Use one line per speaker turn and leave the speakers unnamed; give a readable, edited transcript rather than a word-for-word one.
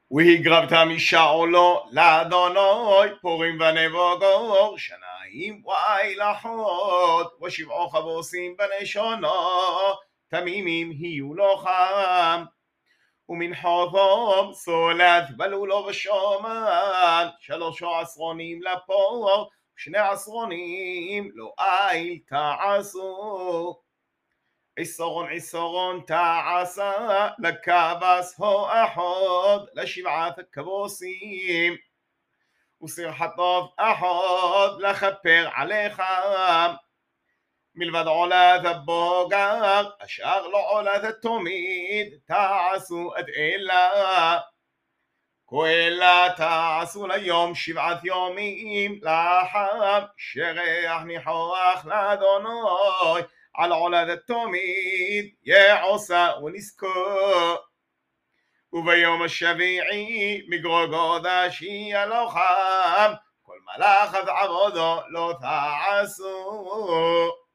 והגרבת משעולו לאדוני פורים ונבוגור שניים ואילחות ושבעו חבוסים בני שונו תמימים היו לו חם ומנחותו סולת בלו לו ושומן 3 עשרונים לפור 2 עשרונים לא איל תעשו עשרון תעשה לכבש הו אחד לשבעת הכבוסים וסיר חטוף אחד לכפר עליך מלבד עולת הבוגר אשר לא עולת התמיד תעשו את אלה כאלה תעשו ליום 7 יומים לחם שריח ניחוח לאדוני על עולת התמיד יעושה ונזכור וביום השביעי מגרוגודש יהיה לו חם כל מלאכת עבודו לא תעשו